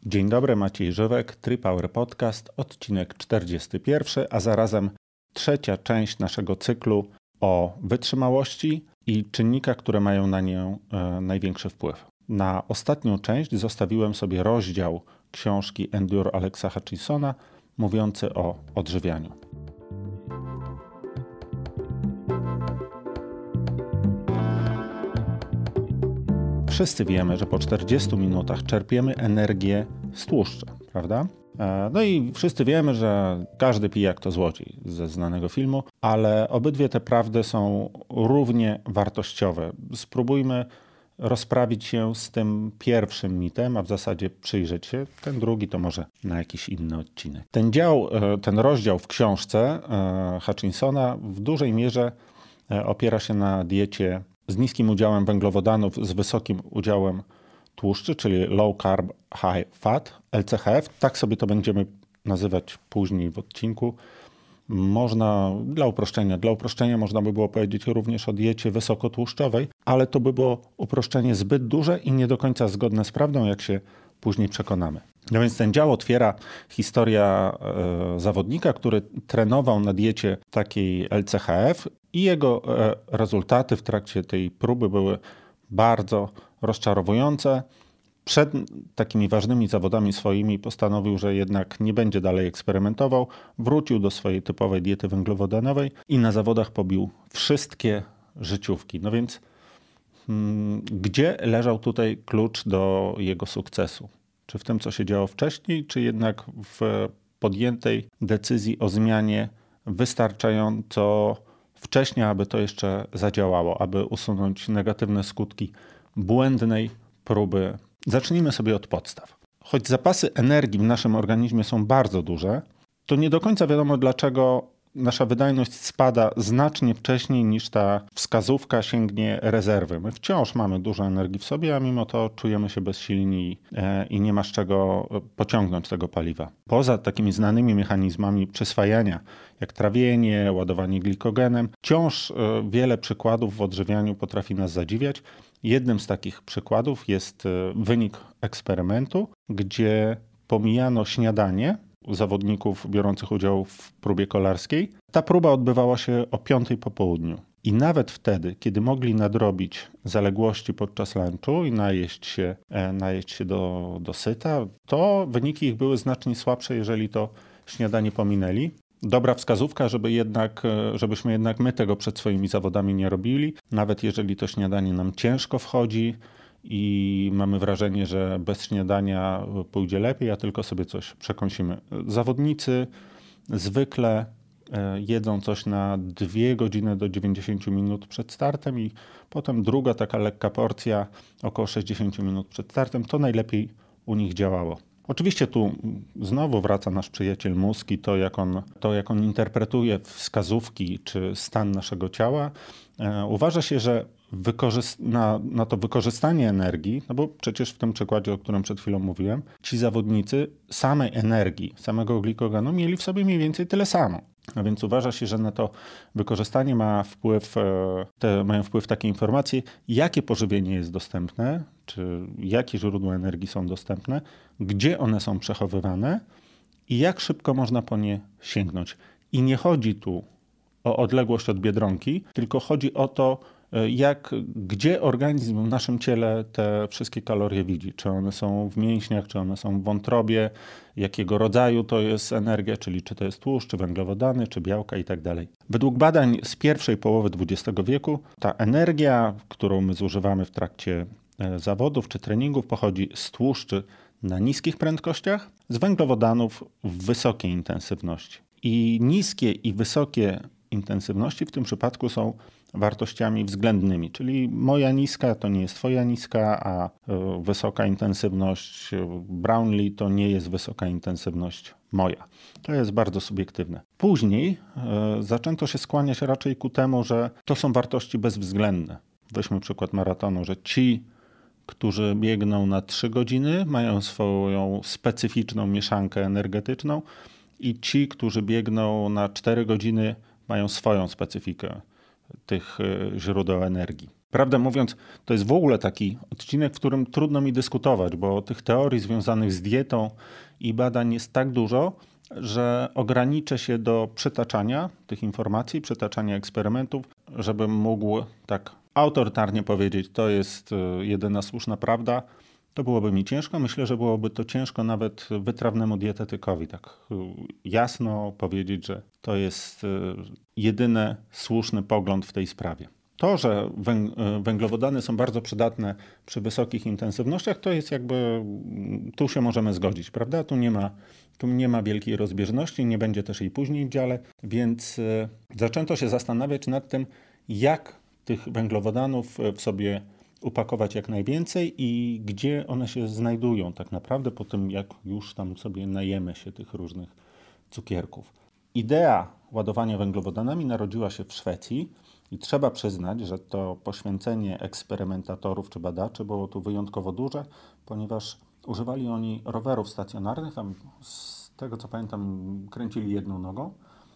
Dzień dobry, Maciej Żywek, Tripower Podcast, odcinek 41, a zarazem trzecia część naszego cyklu o wytrzymałości i czynnikach, które mają na nią największy wpływ. Na ostatnią część zostawiłem sobie rozdział książki Endure Alexa Hutchinsona mówiący o odżywianiu. Wszyscy wiemy, że po 40 minutach czerpiemy energię z tłuszczu, prawda? No i wszyscy wiemy, że każdy pijak to złodziej ze znanego filmu, ale obydwie te prawdy są równie wartościowe. Spróbujmy rozprawić się z tym pierwszym mitem, a w zasadzie przyjrzeć się. Ten drugi to może na jakiś inny odcinek. Ten rozdział w książce Hutchinsona w dużej mierze opiera się na diecie z niskim udziałem węglowodanów, z wysokim udziałem tłuszczy, czyli low carb, high fat, LCHF. Tak sobie to będziemy nazywać później w odcinku. Dla uproszczenia można by było powiedzieć również o diecie wysokotłuszczowej, ale to by było uproszczenie zbyt duże i nie do końca zgodne z prawdą, jak się później przekonamy. No więc ten dział otwiera historia zawodnika, który trenował na diecie takiej LCHF i jego rezultaty w trakcie tej próby były bardzo rozczarowujące. Przed takimi ważnymi zawodami swoimi postanowił, że jednak nie będzie dalej eksperymentował. Wrócił do swojej typowej diety węglowodanowej i na zawodach pobił wszystkie życiówki. No więc gdzie leżał tutaj klucz do jego sukcesu? Czy w tym, co się działo wcześniej, czy jednak w podjętej decyzji o zmianie wystarczająco wcześnie, aby to jeszcze zadziałało, aby usunąć negatywne skutki błędnej próby? Zacznijmy sobie od podstaw. Choć zapasy energii w naszym organizmie są bardzo duże, to nie do końca wiadomo, dlaczego nasza wydajność spada znacznie wcześniej niż ta wskazówka sięgnie rezerwy. My wciąż mamy dużo energii w sobie, a mimo to czujemy się bezsilni i nie ma z czego pociągnąć tego paliwa. Poza takimi znanymi mechanizmami przyswajania, jak trawienie, ładowanie glikogenem, wciąż wiele przykładów w odżywianiu potrafi nas zadziwiać. Jednym z takich przykładów jest wynik eksperymentu, gdzie pomijano śniadanie zawodników biorących udział w próbie kolarskiej. Ta próba odbywała się o 5 po południu. I nawet wtedy, kiedy mogli nadrobić zaległości podczas lunchu i najeść się do syta, to wyniki ich były znacznie słabsze, jeżeli to śniadanie pominęli. Dobra wskazówka, żebyśmy jednak my tego przed swoimi zawodami nie robili. Nawet jeżeli to śniadanie nam ciężko wchodzi i mamy wrażenie, że bez śniadania pójdzie lepiej, a tylko sobie coś przekąsimy. Zawodnicy zwykle jedzą coś na 2 godziny do 90 minut przed startem i potem druga taka lekka porcja około 60 minut przed startem. To najlepiej u nich działało. Oczywiście tu znowu wraca nasz przyjaciel mózg i to jak on interpretuje wskazówki czy stan naszego ciała. Uważa się, że na to wykorzystanie energii, no bo przecież w tym przykładzie, o którym przed chwilą mówiłem, ci zawodnicy samej energii, samego glikogenu mieli w sobie mniej więcej tyle samo. A więc uważa się, że na to wykorzystanie mają wpływ takie informacje, jakie pożywienie jest dostępne, czy jakie źródła energii są dostępne, gdzie one są przechowywane i jak szybko można po nie sięgnąć. I nie chodzi tu o odległość od Biedronki, tylko chodzi o to, gdzie organizm w naszym ciele te wszystkie kalorie widzi. Czy one są w mięśniach, czy one są w wątrobie, jakiego rodzaju to jest energia, czyli czy to jest tłuszcz, czy węglowodany, czy białka i tak dalej. Według badań z pierwszej połowy XX wieku ta energia, którą my zużywamy w trakcie zawodów czy treningów, pochodzi z tłuszczy na niskich prędkościach, z węglowodanów w wysokiej intensywności. I niskie i wysokie intensywności w tym przypadku są wartościami względnymi, czyli moja niska to nie jest twoja niska, a wysoka intensywność Brownlee to nie jest wysoka intensywność moja. To jest bardzo subiektywne. Później zaczęto się skłaniać raczej ku temu, że to są wartości bezwzględne. Weźmy przykład maratonu, że ci, którzy biegną na 3 godziny, mają swoją specyficzną mieszankę energetyczną i ci, którzy biegną na 4 godziny, mają swoją specyfikę tych źródeł energii. Prawdę mówiąc, to jest w ogóle taki odcinek, w którym trudno mi dyskutować, bo tych teorii związanych z dietą i badań jest tak dużo, że ograniczę się do przytaczania tych informacji, przytaczania eksperymentów, żebym mógł tak autorytarnie powiedzieć, to jest jedyna słuszna prawda. To byłoby mi ciężko. Myślę, że byłoby to ciężko nawet wytrawnemu dietetykowi tak jasno powiedzieć, że to jest jedyny słuszny pogląd w tej sprawie. To, że węglowodany są bardzo przydatne przy wysokich intensywnościach, to jest jakby, tu się możemy zgodzić, prawda? Tu nie ma wielkiej rozbieżności, nie będzie też jej później w dziale, więc zaczęto się zastanawiać nad tym, jak tych węglowodanów w sobie upakować jak najwięcej i gdzie one się znajdują tak naprawdę po tym, jak już tam sobie najemy się tych różnych cukierków. Idea ładowania węglowodanami narodziła się w Szwecji i trzeba przyznać, że to poświęcenie eksperymentatorów czy badaczy było tu wyjątkowo duże, ponieważ używali oni rowerów stacjonarnych, a z tego co pamiętam kręcili jedną nogą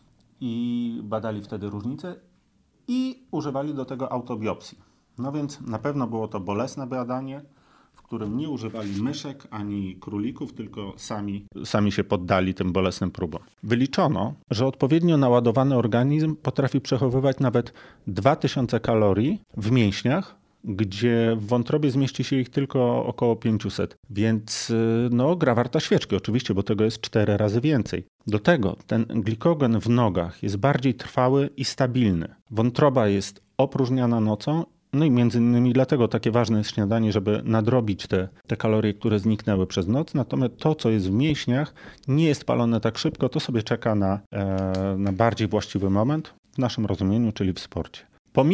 i badali wtedy różnice i używali do tego autobiopsji. No więc na pewno było to bolesne badanie, w którym nie używali myszek ani królików, tylko sami się poddali tym bolesnym próbom. Wyliczono, że odpowiednio naładowany organizm potrafi przechowywać nawet 2000 kalorii w mięśniach, gdzie w wątrobie zmieści się ich tylko około 500. Więc gra warta świeczki oczywiście, bo tego jest 4 razy więcej. Do tego ten glikogen w nogach jest bardziej trwały i stabilny. Wątroba jest opróżniana nocą. No i między innymi dlatego takie ważne jest śniadanie, żeby nadrobić te kalorie, które zniknęły przez noc. Natomiast to, co jest w mięśniach, nie jest palone tak szybko, to sobie czeka na bardziej właściwy moment w naszym rozumieniu, czyli w sporcie.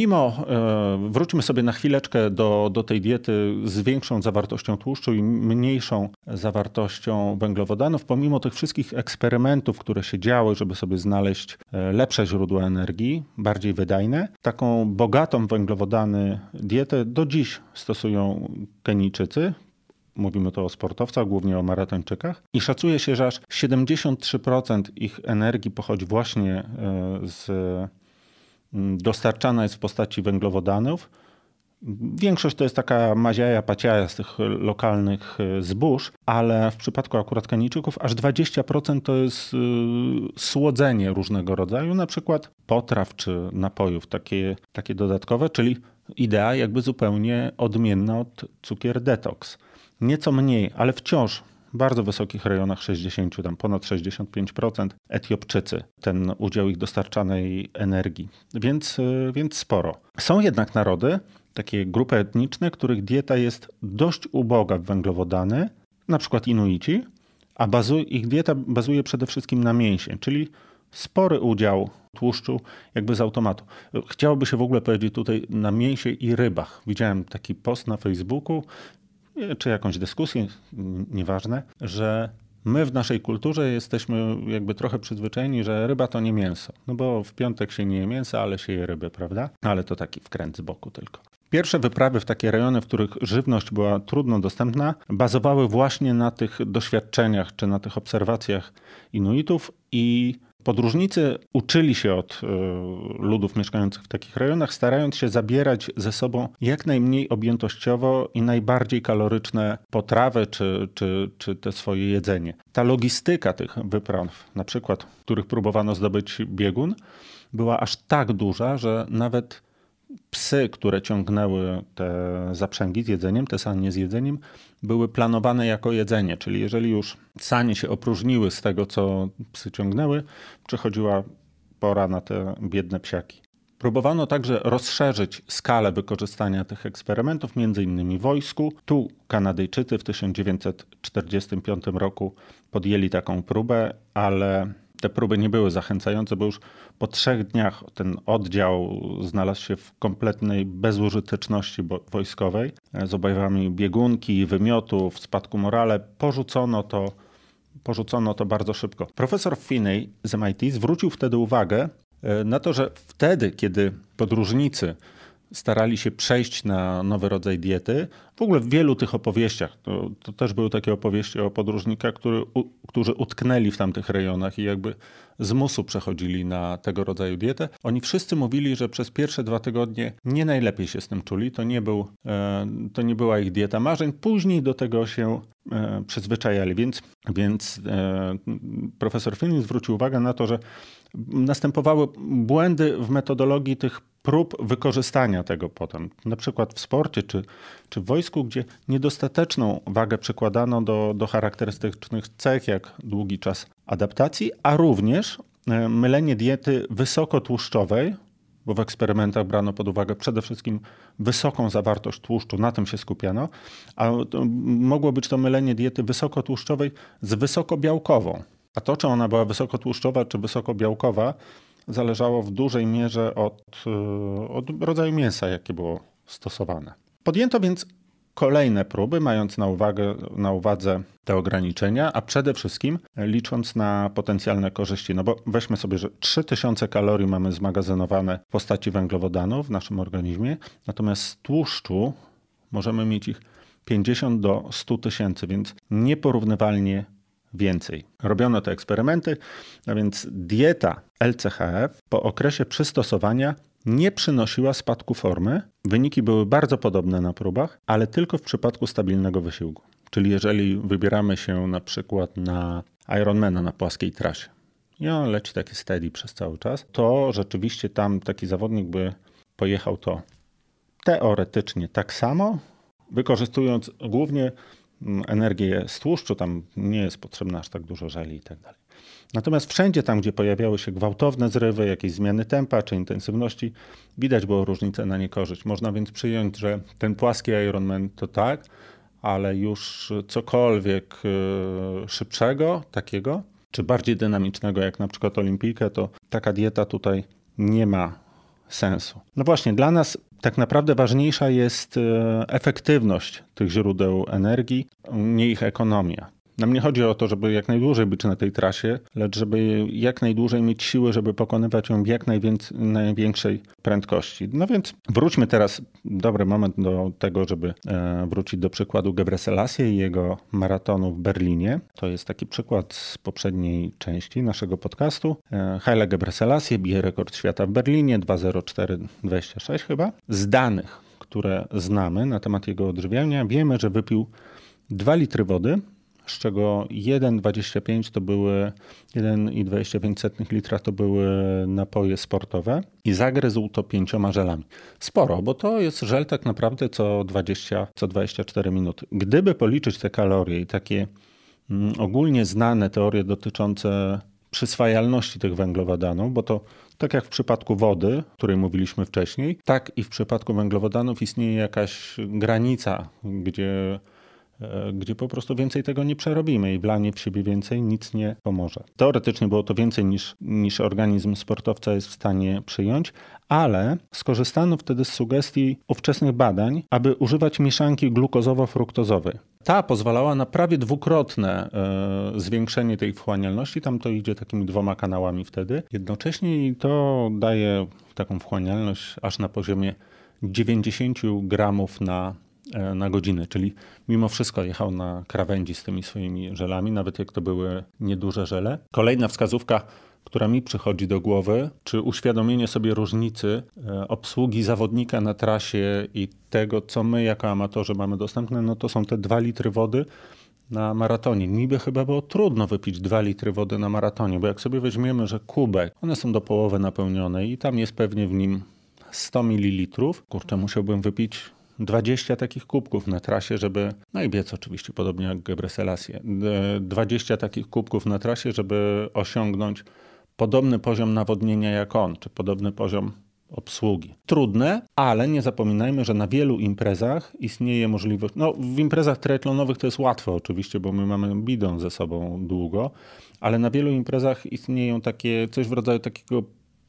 Wróćmy sobie na chwileczkę do tej diety z większą zawartością tłuszczu i mniejszą zawartością węglowodanów. Pomimo tych wszystkich eksperymentów, które się działy, żeby sobie znaleźć lepsze źródła energii, bardziej wydajne, taką bogatą w węglowodany dietę do dziś stosują Kenijczycy. Mówimy tu o sportowcach, głównie o maratończykach. I szacuje się, że aż 73% ich energii pochodzi właśnie dostarczana jest w postaci węglowodanów. Większość to jest taka maziaja, paciaja z tych lokalnych zbóż, ale w przypadku akurat Kenijczyków aż 20% to jest słodzenie różnego rodzaju, na przykład potraw czy napojów, takie dodatkowe, czyli idea jakby zupełnie odmienna od cukier detoks. Nieco mniej, ale wciąż w bardzo wysokich rejonach 60, tam ponad 65% Etiopczycy, ten udział ich dostarczanej energii, więc sporo. Są jednak narody, takie grupy etniczne, których dieta jest dość uboga w węglowodany, na przykład Inuici, a ich dieta bazuje przede wszystkim na mięsie, czyli spory udział tłuszczu jakby z automatu. Chciałoby się w ogóle powiedzieć tutaj na mięsie i rybach. Widziałem taki post na Facebooku, czy jakąś dyskusję, nieważne, że my w naszej kulturze jesteśmy jakby trochę przyzwyczajeni, że ryba to nie mięso. No bo w piątek się nie je mięsa, ale się je ryby, prawda? Ale to taki wkręt z boku tylko. Pierwsze wyprawy w takie rejony, w których żywność była trudno dostępna, bazowały właśnie na tych doświadczeniach czy na tych obserwacjach Inuitów i podróżnicy uczyli się od ludów mieszkających w takich rejonach, starając się zabierać ze sobą jak najmniej objętościowo i najbardziej kaloryczne potrawy czy te swoje jedzenie. Ta logistyka tych wypraw, na przykład, w których próbowano zdobyć biegun, była aż tak duża, że nawet psy, które ciągnęły te zaprzęgi z jedzeniem, te sanie z jedzeniem, były planowane jako jedzenie. Czyli jeżeli już sanie się opróżniły z tego, co psy ciągnęły, przychodziła pora na te biedne psiaki. Próbowano także rozszerzyć skalę wykorzystania tych eksperymentów, między innymi w wojsku. Tu Kanadyjczycy w 1945 roku podjęli taką próbę, ale te próby nie były zachęcające, bo już po 3 dniach ten oddział znalazł się w kompletnej bezużyteczności wojskowej. Z objawami biegunki, wymiotów, spadku morale. Porzucono to bardzo szybko. Profesor Finney z MIT zwrócił wtedy uwagę na to, że wtedy, kiedy podróżnicy starali się przejść na nowy rodzaj diety. W ogóle w wielu tych opowieściach, to też były takie opowieści o podróżnikach, którzy utknęli w tamtych rejonach i jakby z musu przechodzili na tego rodzaju dietę. Oni wszyscy mówili, że przez pierwsze 2 tygodnie nie najlepiej się z tym czuli. To nie była ich dieta marzeń. Później do tego się przyzwyczajali. Więc profesor Finley zwrócił uwagę na to, że następowały błędy w metodologii tych prób wykorzystania tego potem. Na przykład w sporcie czy w wojsku, gdzie niedostateczną wagę przykładano do charakterystycznych cech, jak długi czas adaptacji, a również mylenie diety wysokotłuszczowej, bo w eksperymentach brano pod uwagę przede wszystkim wysoką zawartość tłuszczu, na tym się skupiano, a mogło być to mylenie diety wysokotłuszczowej z wysokobiałkową. A to, czy ona była wysokotłuszczowa, czy wysokobiałkowa, zależało w dużej mierze od rodzaju mięsa, jakie było stosowane. Podjęto więc kolejne próby, mając na uwadze te ograniczenia, a przede wszystkim licząc na potencjalne korzyści. No bo weźmy sobie, że 3000 kalorii mamy zmagazynowane w postaci węglowodanów w naszym organizmie, natomiast z tłuszczu możemy mieć ich 50 do 100 tysięcy, więc nieporównywalnie więcej. Robiono te eksperymenty, a więc dieta LCHF po okresie przystosowania nie przynosiła spadku formy. Wyniki były bardzo podobne na próbach, ale tylko w przypadku stabilnego wysiłku. Czyli jeżeli wybieramy się na przykład na Ironmana na płaskiej trasie i on leci taki steady przez cały czas, to rzeczywiście tam taki zawodnik by pojechał to teoretycznie tak samo, wykorzystując głównie energię z tłuszczu, tam nie jest potrzebna aż tak dużo żeli i tak dalej. Natomiast wszędzie tam, gdzie pojawiały się gwałtowne zrywy, jakieś zmiany tempa czy intensywności, widać było różnicę na niekorzyść. Można więc przyjąć, że ten płaski Ironman to tak, ale już cokolwiek szybszego takiego, czy bardziej dynamicznego, jak na przykład olimpijkę, to taka dieta tutaj nie ma sensu. No właśnie, dla nas tak naprawdę ważniejsza jest efektywność tych źródeł energii, nie ich ekonomia. Nam nie chodzi o to, żeby jak najdłużej być na tej trasie, lecz żeby jak najdłużej mieć siły, żeby pokonywać ją w jak największej prędkości. No więc wróćmy teraz, dobry moment do tego, żeby wrócić do przykładu Gebrselassie i jego maratonu w Berlinie. To jest taki przykład z poprzedniej części naszego podcastu. Haile Gebrselassie bije rekord świata w Berlinie, 2:04:26 chyba. Z danych, które znamy na temat jego odżywiania, wiemy, że wypił 2 litry wody, z czego 1,25 to były 1,25 litra to były napoje sportowe i zagryzł to 5 żelami. Sporo, bo to jest żel tak naprawdę co 24 minuty. Gdyby policzyć te kalorie i takie ogólnie znane teorie dotyczące przyswajalności tych węglowodanów, bo to tak jak w przypadku wody, o której mówiliśmy wcześniej, tak i w przypadku węglowodanów istnieje jakaś granica, gdzie po prostu więcej tego nie przerobimy i wlanie w siebie więcej nic nie pomoże. Teoretycznie było to więcej niż organizm sportowca jest w stanie przyjąć, ale skorzystano wtedy z sugestii ówczesnych badań, aby używać mieszanki glukozowo-fruktozowej. Ta pozwalała na prawie dwukrotne zwiększenie tej wchłanialności, tam to idzie takimi 2 kanałami wtedy. Jednocześnie to daje taką wchłanialność aż na poziomie 90 gramów na godzinę, czyli mimo wszystko jechał na krawędzi z tymi swoimi żelami, nawet jak to były nieduże żele. Kolejna wskazówka, która mi przychodzi do głowy, czy uświadomienie sobie różnicy obsługi zawodnika na trasie i tego, co my jako amatorzy mamy dostępne, no to są te 2 litry wody na maratonie. Niby chyba było trudno wypić 2 litry wody na maratonie, bo jak sobie weźmiemy, że kubek, one są do połowy napełnione i tam jest pewnie w nim 100 ml. Kurczę, musiałbym wypić 20 takich kubków na trasie, żeby, no i biec oczywiście, podobnie jak Gebrselassie, 20 takich kubków na trasie, żeby osiągnąć podobny poziom nawodnienia jak on, czy podobny poziom obsługi. Trudne, ale nie zapominajmy, że na wielu imprezach istnieje możliwość, no w imprezach triatlonowych to jest łatwe oczywiście, bo my mamy bidon ze sobą długo, ale na wielu imprezach istnieją takie, coś w rodzaju takiego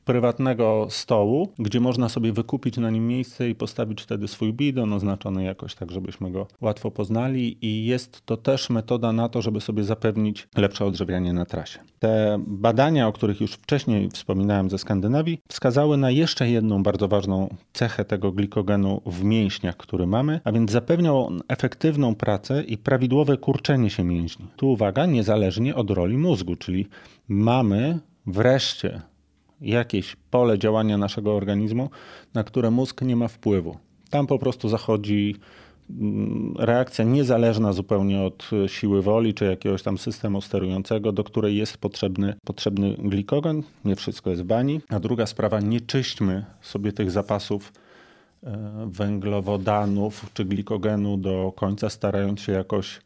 prywatnego stołu, gdzie można sobie wykupić na nim miejsce i postawić wtedy swój bidon oznaczony jakoś tak, żebyśmy go łatwo poznali i jest to też metoda na to, żeby sobie zapewnić lepsze odżywianie na trasie. Te badania, o których już wcześniej wspominałem ze Skandynawii, wskazały na jeszcze jedną bardzo ważną cechę tego glikogenu w mięśniach, który mamy, a więc zapewniał on efektywną pracę i prawidłowe kurczenie się mięśni. Tu uwaga, niezależnie od roli mózgu, czyli mamy wreszcie jakieś pole działania naszego organizmu, na które mózg nie ma wpływu. Tam po prostu zachodzi reakcja niezależna zupełnie od siły woli czy jakiegoś tam systemu sterującego, do której jest potrzebny glikogen. Nie wszystko jest w bani. A druga sprawa, nie czyśćmy sobie tych zapasów węglowodanów czy glikogenu do końca, starając się jakoś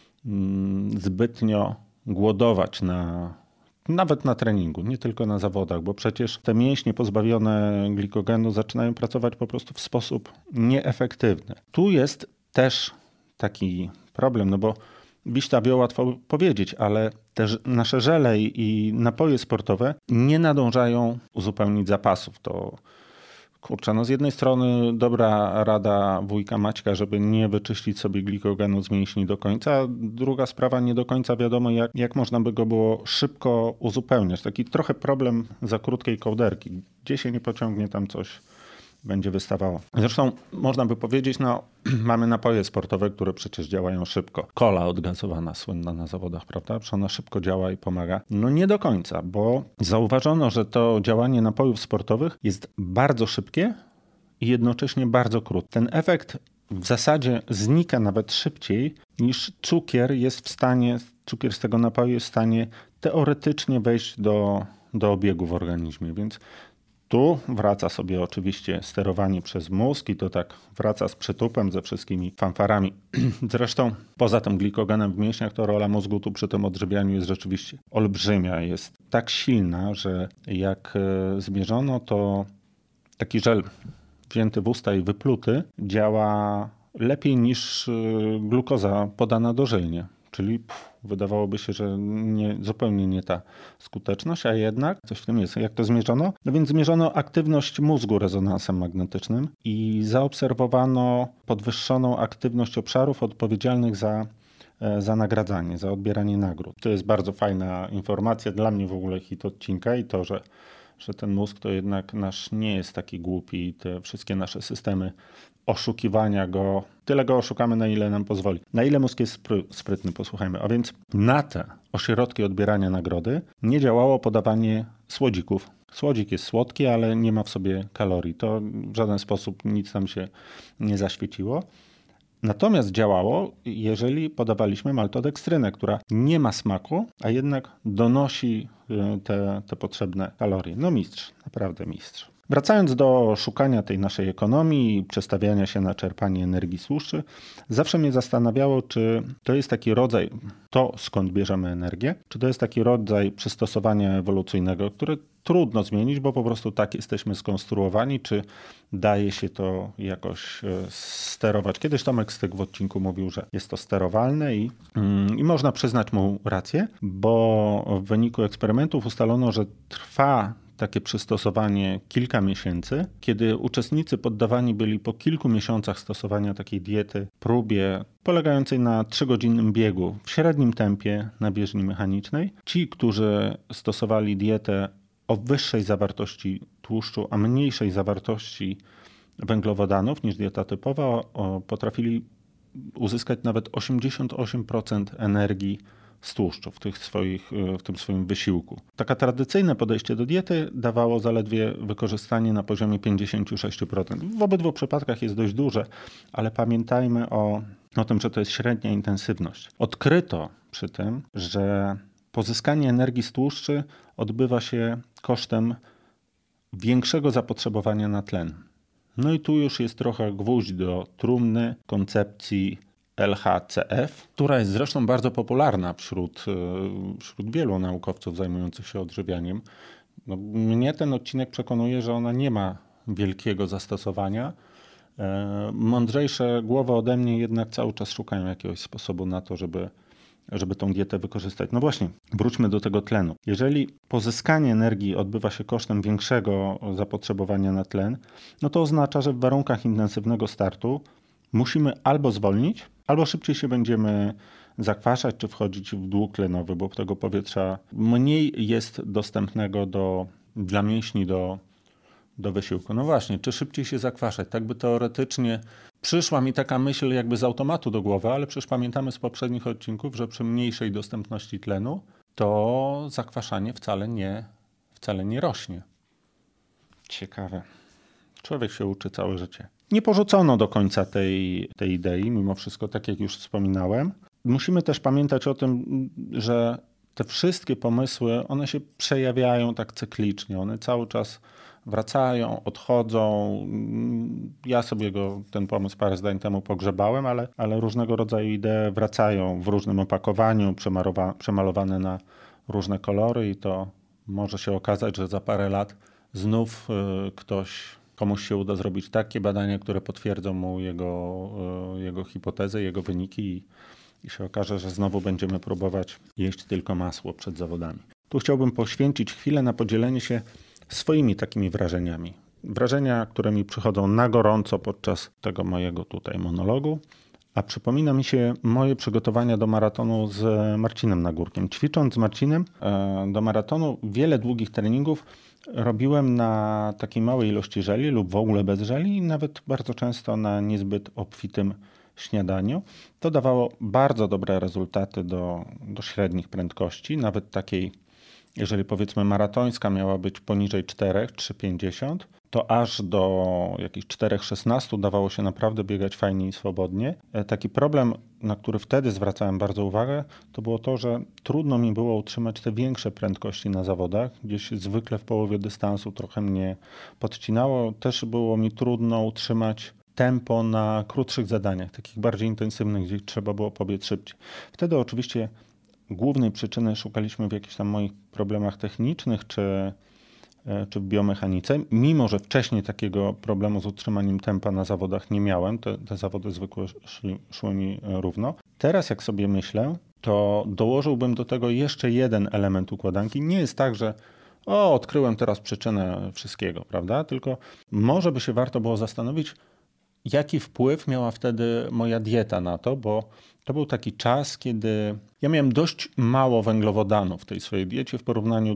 zbytnio głodować nawet na treningu, nie tylko na zawodach, bo przecież te mięśnie pozbawione glikogenu zaczynają pracować po prostu w sposób nieefektywny. Tu jest też taki problem, no bo Wiśta bio łatwo powiedzieć, ale te nasze żele i napoje sportowe nie nadążają uzupełnić zapasów. To kurczę, no z jednej strony dobra rada wujka Maćka, żeby nie wyczyścić sobie glikogenu z mięśni do końca. Druga sprawa, nie do końca wiadomo, jak można by go było szybko uzupełniać. Taki trochę problem za krótkiej kołderki. Gdzie się nie pociągnie, tam coś będzie wystawało. Zresztą można by powiedzieć, mamy napoje sportowe, które przecież działają szybko. Kola odgazowana, słynna na zawodach, prawda? Przecież ona szybko działa i pomaga. No nie do końca, bo zauważono, że to działanie napojów sportowych jest bardzo szybkie i jednocześnie bardzo krótkie. Ten efekt w zasadzie znika nawet szybciej niż cukier z tego napoju jest w stanie teoretycznie wejść do obiegu w organizmie, więc tu wraca sobie oczywiście sterowanie przez mózg i to tak wraca z przytupem, ze wszystkimi fanfarami. Zresztą poza tym glikogenem w mięśniach to rola mózgu tu przy tym odżywianiu jest rzeczywiście olbrzymia. Jest tak silna, że jak zmierzono, to taki żel wzięty w usta i wypluty działa lepiej niż glukoza podana dożylnie. Czyli wydawałoby się, że zupełnie nie ta skuteczność, a jednak coś w tym jest. Jak to zmierzono? No więc zmierzono aktywność mózgu rezonansem magnetycznym i zaobserwowano podwyższoną aktywność obszarów odpowiedzialnych za nagradzanie, za odbieranie nagród. To jest bardzo fajna informacja, dla mnie w ogóle hit odcinka i to, że ten mózg to jednak nasz nie jest taki głupi i te wszystkie nasze systemy oszukiwania go, tyle go oszukamy, na ile nam pozwoli. Na ile mózg jest sprytny, posłuchajmy. A więc na te ośrodki odbierania nagrody nie działało podawanie słodzików. Słodzik jest słodki, ale nie ma w sobie kalorii. To w żaden sposób nic nam się nie zaświeciło. Natomiast działało, jeżeli podawaliśmy maltodekstrynę, która nie ma smaku, a jednak donosi te potrzebne kalorie. No mistrz, naprawdę mistrz. Wracając do szukania tej naszej ekonomii i przestawiania się na czerpanie energii z tłuszczy, zawsze mnie zastanawiało, czy to jest taki rodzaj, skąd bierzemy energię, czy to jest taki rodzaj przystosowania ewolucyjnego, które trudno zmienić, bo po prostu tak jesteśmy skonstruowani, czy daje się to jakoś sterować. Kiedyś Tomek Styk w odcinku mówił, że jest to sterowalne i można przyznać mu rację, bo w wyniku eksperymentów ustalono, że trwa takie przystosowanie kilka miesięcy, kiedy uczestnicy poddawani byli po kilku miesiącach stosowania takiej diety próbie polegającej na 3-godzinnym biegu w średnim tempie na bieżni mechanicznej. Ci, którzy stosowali dietę o wyższej zawartości tłuszczu, a mniejszej zawartości węglowodanów niż dieta typowa, potrafili uzyskać nawet 88% energii z tłuszczu w tym swoim wysiłku. Taka tradycyjne podejście do diety dawało zaledwie wykorzystanie na poziomie 56%. W obydwu przypadkach jest dość duże, ale pamiętajmy o tym, że to jest średnia intensywność. Odkryto przy tym, że pozyskanie energii z tłuszczy odbywa się kosztem większego zapotrzebowania na tlen. No i tu już jest trochę gwóźdź do trumny koncepcji LHCF, która jest zresztą bardzo popularna wśród wielu naukowców zajmujących się odżywianiem. No, mnie ten odcinek przekonuje, że ona nie ma wielkiego zastosowania. Mądrzejsze głowy ode mnie jednak cały czas szukają jakiegoś sposobu na to, żeby żeby tą dietę wykorzystać? No właśnie, wróćmy do tego tlenu. Jeżeli pozyskanie energii odbywa się kosztem większego zapotrzebowania na tlen, no to oznacza, że w warunkach intensywnego startu musimy albo zwolnić, albo szybciej się będziemy zakwaszać czy wchodzić w dług tlenowy, bo tego powietrza mniej jest dostępnego dla mięśni do wysiłku. No właśnie, czy szybciej się zakwaszać? Tak by teoretycznie przyszła mi taka myśl jakby z automatu do głowy, ale przecież pamiętamy z poprzednich odcinków, że przy mniejszej dostępności tlenu to zakwaszanie wcale nie rośnie. Ciekawe. Człowiek się uczy całe życie. Nie porzucono do końca tej idei, mimo wszystko, tak jak już wspominałem. Musimy też pamiętać o tym, że te wszystkie pomysły, one się przejawiają tak cyklicznie. One cały czas wracają, odchodzą. Ja sobie ten pomysł parę zdań temu pogrzebałem, ale różnego rodzaju idee wracają w różnym opakowaniu, przemalowane na różne kolory i to może się okazać, że za parę lat znów komuś się uda zrobić takie badania, które potwierdzą mu jego hipotezy, jego wyniki i się okaże, że znowu będziemy próbować jeść tylko masło przed zawodami. Tu chciałbym poświęcić chwilę na podzielenie się swoimi takimi wrażeniami. Wrażenia, które mi przychodzą na gorąco podczas tego mojego tutaj monologu, a przypomina mi się moje przygotowania do maratonu z Marcinem Nagórkiem. Ćwicząc z Marcinem do maratonu wiele długich treningów robiłem na takiej małej ilości żeli lub w ogóle bez żeli i nawet bardzo często na niezbyt obfitym śniadaniu. To dawało bardzo dobre rezultaty do średnich prędkości, nawet takiej, jeżeli powiedzmy maratońska miała być poniżej 4, 3,50, to aż do jakichś 4,16 dawało się naprawdę biegać fajnie i swobodnie. Taki problem, na który wtedy zwracałem bardzo uwagę, to było to, że trudno mi było utrzymać te większe prędkości na zawodach. Gdzieś zwykle w połowie dystansu trochę mnie podcinało. Też było mi trudno utrzymać tempo na krótszych zadaniach, takich bardziej intensywnych, gdzie trzeba było pobiec szybciej. Wtedy oczywiście głównej przyczyny szukaliśmy w jakichś tam moich problemach technicznych czy w biomechanice, mimo że wcześniej takiego problemu z utrzymaniem tempa na zawodach nie miałem, te zawody zwykłe szły mi równo. Teraz jak sobie myślę, to dołożyłbym do tego jeszcze jeden element układanki. Nie jest tak, że odkryłem teraz przyczynę wszystkiego, prawda? Tylko może by się warto było zastanowić, jaki wpływ miała wtedy moja dieta na to, bo to był taki czas, kiedy ja miałem dość mało węglowodanów w tej swojej diecie w porównaniu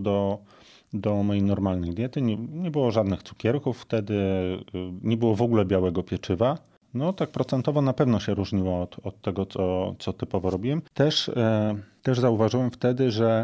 do mojej normalnej diety. Nie było żadnych cukierków wtedy, nie było w ogóle białego pieczywa. No tak procentowo na pewno się różniło od tego, co typowo robiłem. Też zauważyłem wtedy, że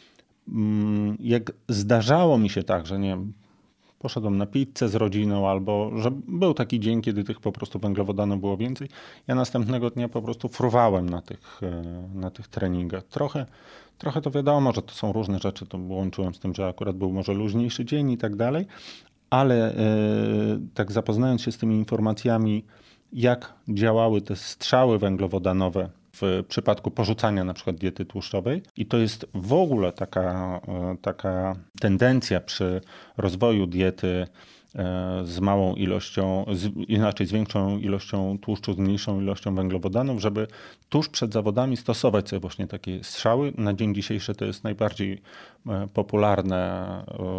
jak zdarzało mi się tak, że nie wiem, poszedłem na pizzę z rodziną albo że był taki dzień, kiedy tych po prostu węglowodanów było więcej. Ja następnego dnia po prostu fruwałem na tych treningach. Trochę to wiadomo, że to są różne rzeczy, to łączyłem z tym, że akurat był może luźniejszy dzień i tak dalej, ale tak zapoznając się z tymi informacjami, jak działały te strzały węglowodanowe w przypadku porzucania na przykład diety tłuszczowej i to jest w ogóle taka tendencja przy rozwoju diety z małą ilością, z większą ilością tłuszczu, z mniejszą ilością węglowodanów, żeby tuż przed zawodami stosować sobie właśnie takie strzały. Na dzień dzisiejszy to jest najbardziej popularna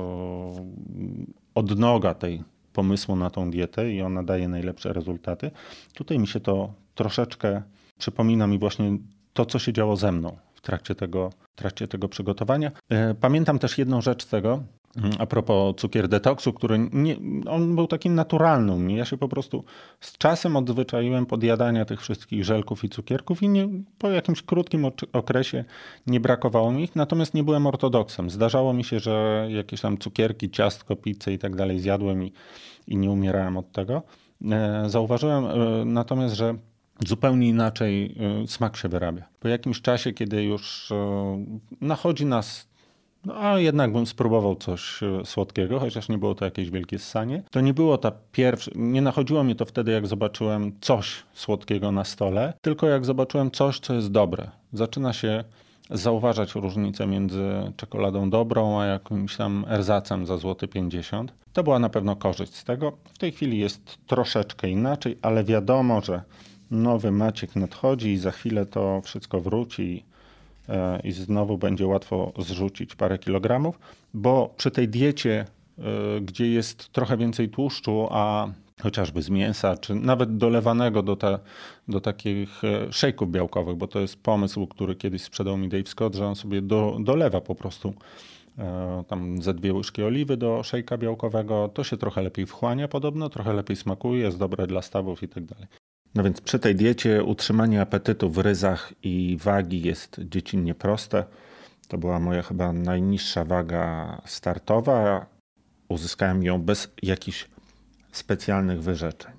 odnoga tej pomysłu na tą dietę i ona daje najlepsze rezultaty. Tutaj mi się to troszeczkę przypomina mi właśnie to, co się działo ze mną w trakcie tego przygotowania. Pamiętam też jedną rzecz z tego, a propos cukier detoksu, on był takim naturalny u mnie. Ja się po prostu z czasem odzwyczaiłem podjadania tych wszystkich żelków i cukierków i po jakimś krótkim okresie nie brakowało mi ich, natomiast nie byłem ortodoksem. Zdarzało mi się, że jakieś tam cukierki, ciastko, pizzę i tak dalej zjadłem i nie umierałem od tego. Zauważyłem natomiast, że zupełnie inaczej smak się wyrabia. Po jakimś czasie, kiedy już nachodzi nas, a jednak bym spróbował coś słodkiego, chociaż nie było to jakieś wielkie ssanie, to nie było nie nachodziło mnie to wtedy, jak zobaczyłem coś słodkiego na stole, tylko jak zobaczyłem coś, co jest dobre. Zaczyna się zauważać różnicę między czekoladą dobrą, a jakimś tam erzacem za złoty 50. To była na pewno korzyść z tego. W tej chwili jest troszeczkę inaczej, ale wiadomo, że nowy Maciek nadchodzi i za chwilę to wszystko wróci i znowu będzie łatwo zrzucić parę kilogramów, bo przy tej diecie, gdzie jest trochę więcej tłuszczu, a chociażby z mięsa, czy nawet dolewanego do takich szejków białkowych, bo to jest pomysł, który kiedyś sprzedał mi Dave Scott, że on sobie dolewa po prostu tam ze 2 łyżki oliwy do szejka białkowego. To się trochę lepiej wchłania podobno, trochę lepiej smakuje, jest dobre dla stawów i tak dalej. No więc przy tej diecie utrzymanie apetytu w ryzach i wagi jest dziecinnie proste. To była moja chyba najniższa waga startowa. Uzyskałem ją bez jakichś specjalnych wyrzeczeń.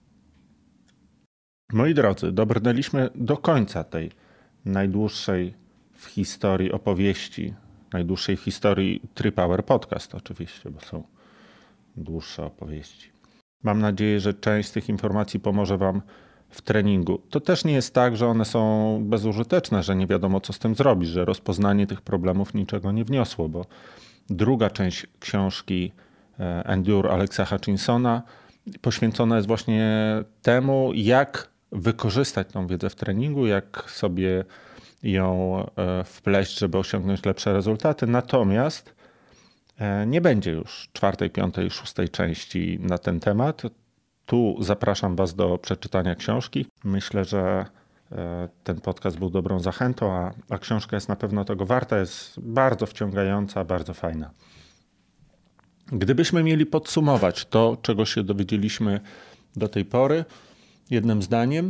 Moi drodzy, dobrnęliśmy do końca tej najdłuższej w historii opowieści, najdłuższej w historii Tripower Podcast oczywiście, bo są dłuższe opowieści. Mam nadzieję, że część z tych informacji pomoże Wam w treningu. To też nie jest tak, że one są bezużyteczne, że nie wiadomo co z tym zrobić, że rozpoznanie tych problemów niczego nie wniosło, bo druga część książki Endure Alexa Hutchinsona poświęcona jest właśnie temu, jak wykorzystać tą wiedzę w treningu, jak sobie ją wpleść, żeby osiągnąć lepsze rezultaty. Natomiast nie będzie już 4., 5., 6. części na ten temat. Tu zapraszam Was do przeczytania książki. Myślę, że ten podcast był dobrą zachętą, a książka jest na pewno tego warta, jest bardzo wciągająca, bardzo fajna. Gdybyśmy mieli podsumować to, czego się dowiedzieliśmy do tej pory, jednym zdaniem,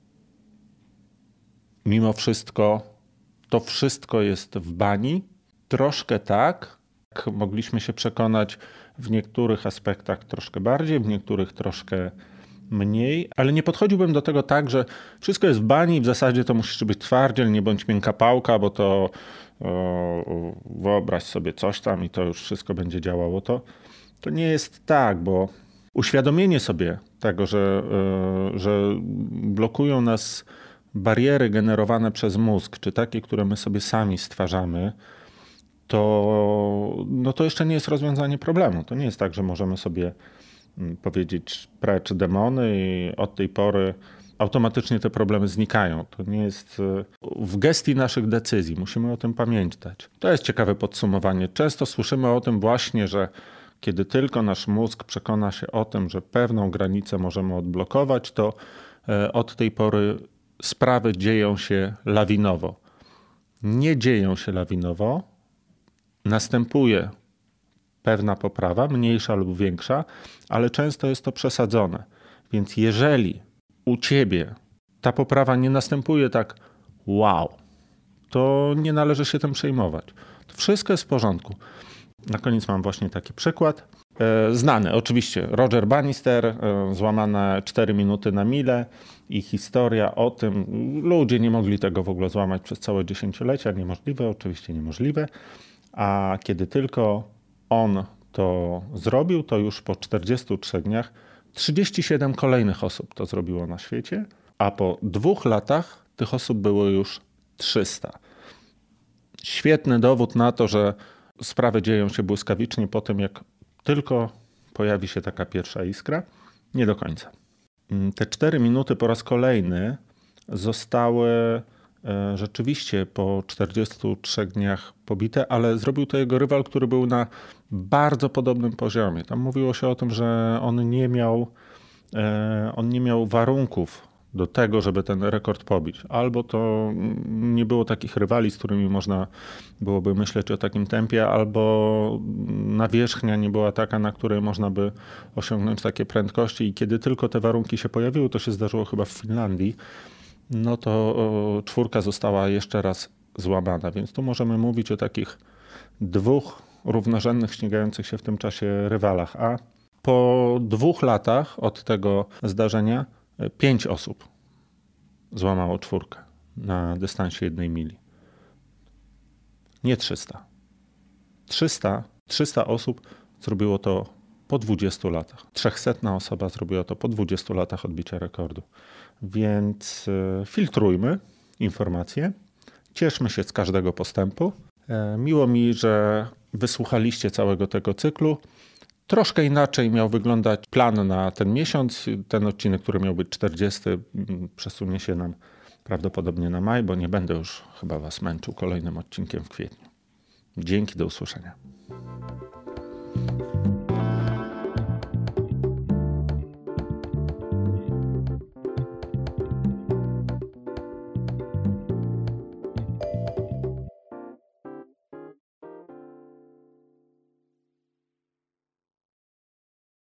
mimo wszystko to wszystko jest w bani. Troszkę tak, jak mogliśmy się przekonać w niektórych aspektach troszkę bardziej, w niektórych troszkę mniej, ale nie podchodziłbym do tego tak, że wszystko jest w bani i w zasadzie to musisz być twardziel, nie bądź miękka pałka, bo to wyobraź sobie coś tam i to już wszystko będzie działało. To nie jest tak, bo uświadomienie sobie tego, że blokują nas bariery generowane przez mózg, czy takie, które my sobie sami stwarzamy, to jeszcze nie jest rozwiązanie problemu. To nie jest tak, że możemy sobie powiedzieć precz demony i od tej pory automatycznie te problemy znikają. To nie jest w gestii naszych decyzji. Musimy o tym pamiętać. To jest ciekawe podsumowanie. Często słyszymy o tym właśnie, że kiedy tylko nasz mózg przekona się o tym, że pewną granicę możemy odblokować, to od tej pory sprawy dzieją się lawinowo. Nie dzieją się lawinowo. Następuje pewna poprawa, mniejsza lub większa, ale często jest to przesadzone. Więc jeżeli u Ciebie ta poprawa nie następuje tak wow, to nie należy się tym przejmować. To wszystko jest w porządku. Na koniec mam właśnie taki przykład. Znany oczywiście, Roger Bannister, złamane 4 minuty na milę i historia o tym, ludzie nie mogli tego w ogóle złamać przez całe dziesięciolecia, niemożliwe, oczywiście niemożliwe, a kiedy tylko on to zrobił, to już po 43 dniach 37 kolejnych osób to zrobiło na świecie, a po 2 latach tych osób było już 300. Świetny dowód na to, że sprawy dzieją się błyskawicznie po tym, jak tylko pojawi się taka pierwsza iskra. Nie do końca. Te 4 minuty po raz kolejny zostały rzeczywiście po 43 dniach pobite, ale zrobił to jego rywal, który był na bardzo podobnym poziomie. Tam mówiło się o tym, że on nie miał warunków do tego, żeby ten rekord pobić. Albo to nie było takich rywali, z którymi można byłoby myśleć o takim tempie, albo nawierzchnia nie była taka, na której można by osiągnąć takie prędkości. I kiedy tylko te warunki się pojawiły, to się zdarzyło chyba w Finlandii, no to 4 została jeszcze raz złamana. Więc tu możemy mówić o takich 2 równorzędnych, ścigających się w tym czasie rywalach. A po 2 latach od tego zdarzenia 5 osób złamało 4 na dystansie 1 mili. Nie 300. 300 osób zrobiło to po 20 latach. 300 osoba zrobiła to po 20 latach odbicia rekordu. Więc filtrujmy informacje, cieszmy się z każdego postępu. Miło mi, że wysłuchaliście całego tego cyklu. Troszkę inaczej miał wyglądać plan na ten miesiąc. Ten odcinek, który miał być 40, przesunie się nam prawdopodobnie na maj, bo nie będę już chyba Was męczył kolejnym odcinkiem w kwietniu. Dzięki, do usłyszenia.